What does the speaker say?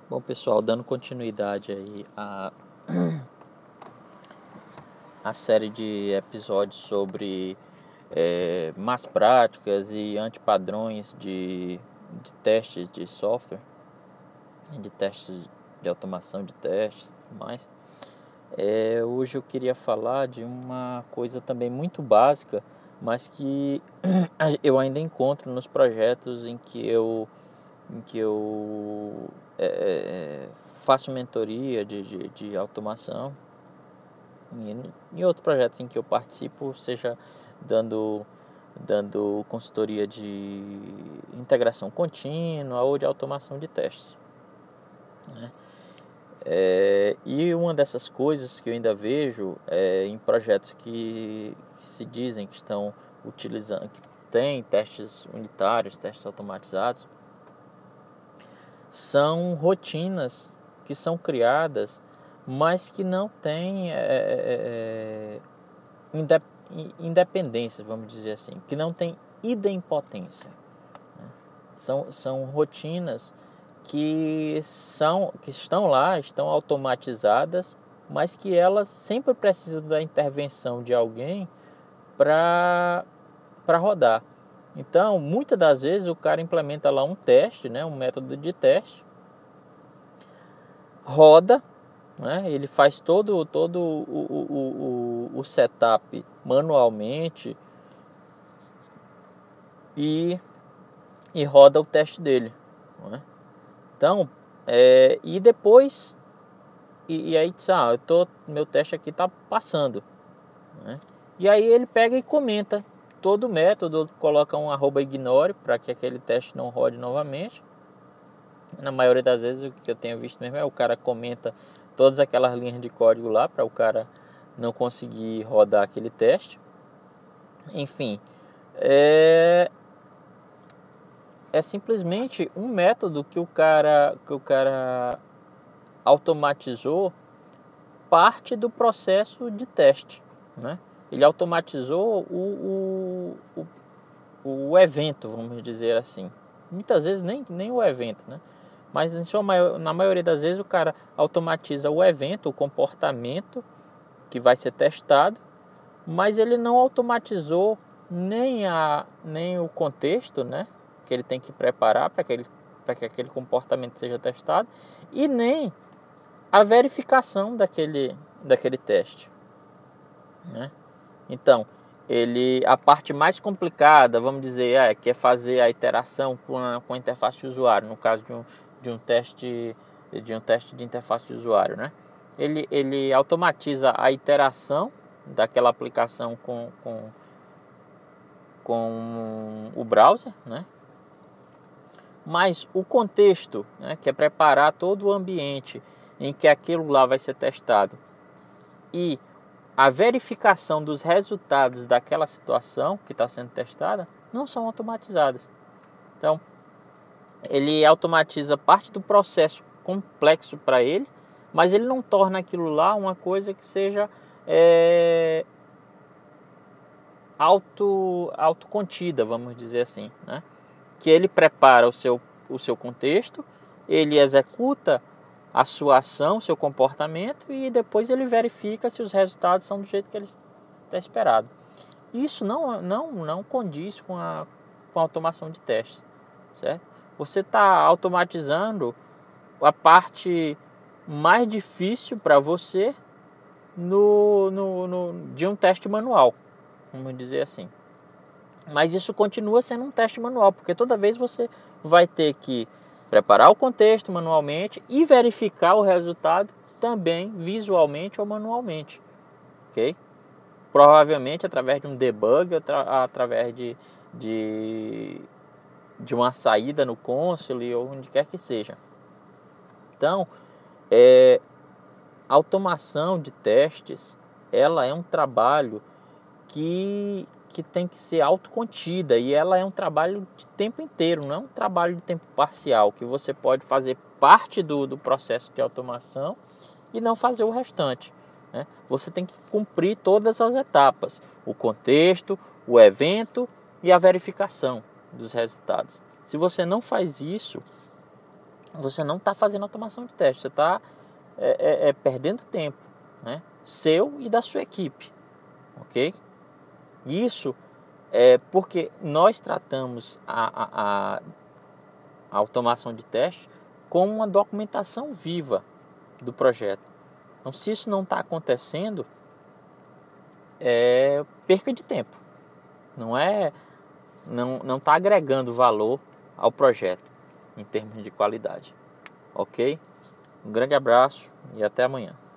Bom, pessoal, dando continuidade aí a série de episódios sobre más práticas e antipadrões de testes de software, de testes de automação de testes e tudo mais. Hoje eu queria falar de uma coisa também muito básica, mas que eu ainda encontro nos projetos em que eu faço mentoria de automação e em outros projetos em que eu participo, seja dando consultoria de integração contínua ou de automação de testes, né? E uma dessas coisas que eu ainda vejo em projetos que se dizem que estão utilizando, que tem testes unitários, testes automatizados, são rotinas que são criadas, mas que não têm independência, vamos dizer assim, que não tem idempotência, né? São rotinas que estão lá, estão automatizadas, mas que elas sempre precisam da intervenção de alguém para rodar. Então, muitas das vezes o cara implementa lá um teste, né, um método de teste, roda, né, ele faz todo o setup manualmente e roda o teste dele, né? Então, e depois, e aí diz, meu teste aqui está passando, né? E aí ele pega e comenta todo o método, coloca um @ignore para que aquele teste não rode novamente. Na maioria das vezes o que eu tenho visto mesmo é o cara comenta todas aquelas linhas de código lá para o cara não conseguir rodar aquele teste. Enfim, é simplesmente um método que o cara automatizou parte do processo de teste, né? Ele automatizou o evento, vamos dizer assim. Muitas vezes nem o evento, né? Mas na maioria das vezes o cara automatiza o evento, o comportamento que vai ser testado, mas ele não automatizou nem o contexto, né, que ele tem que preparar para que aquele comportamento seja testado, e nem a verificação daquele teste, né? Então, a parte mais complicada, vamos dizer, que é fazer a interação com a interface de usuário, no caso de um teste de interface de usuário, né? Ele automatiza a interação daquela aplicação com o browser, né? Mas o contexto, né, que é preparar todo o ambiente em que aquilo lá vai ser testado, e a verificação dos resultados daquela situação que está sendo testada, não são automatizadas. Então, ele automatiza parte do processo complexo para ele, mas ele não torna aquilo lá uma coisa que seja autocontida, vamos dizer assim, né? Que ele prepara o seu contexto, ele executa a sua ação, seu comportamento, e depois ele verifica se os resultados são do jeito que ele está esperado. Isso não condiz com a automação de testes, certo? Você está automatizando a parte mais difícil para você de um teste manual, vamos dizer assim. Mas isso continua sendo um teste manual, porque toda vez você vai ter que preparar o contexto manualmente e verificar o resultado também visualmente ou manualmente, ok? Provavelmente através de um debug, através de uma saída no console ou onde quer que seja. Então, a automação de testes, ela é um trabalho que tem que ser autocontida, e ela é um trabalho de tempo inteiro, não é um trabalho de tempo parcial, que você pode fazer parte do processo de automação e não fazer o restante, né? Você tem que cumprir todas as etapas: o contexto, o evento e a verificação dos resultados. Se você não faz isso, você não está fazendo automação de teste, você está perdendo tempo, né? Seu e da sua equipe, ok? Isso é porque nós tratamos a automação de teste como uma documentação viva do projeto. Então, se isso não está acontecendo, é perca de tempo. Não está agregando valor ao projeto em termos de qualidade. Ok? Um grande abraço e até amanhã.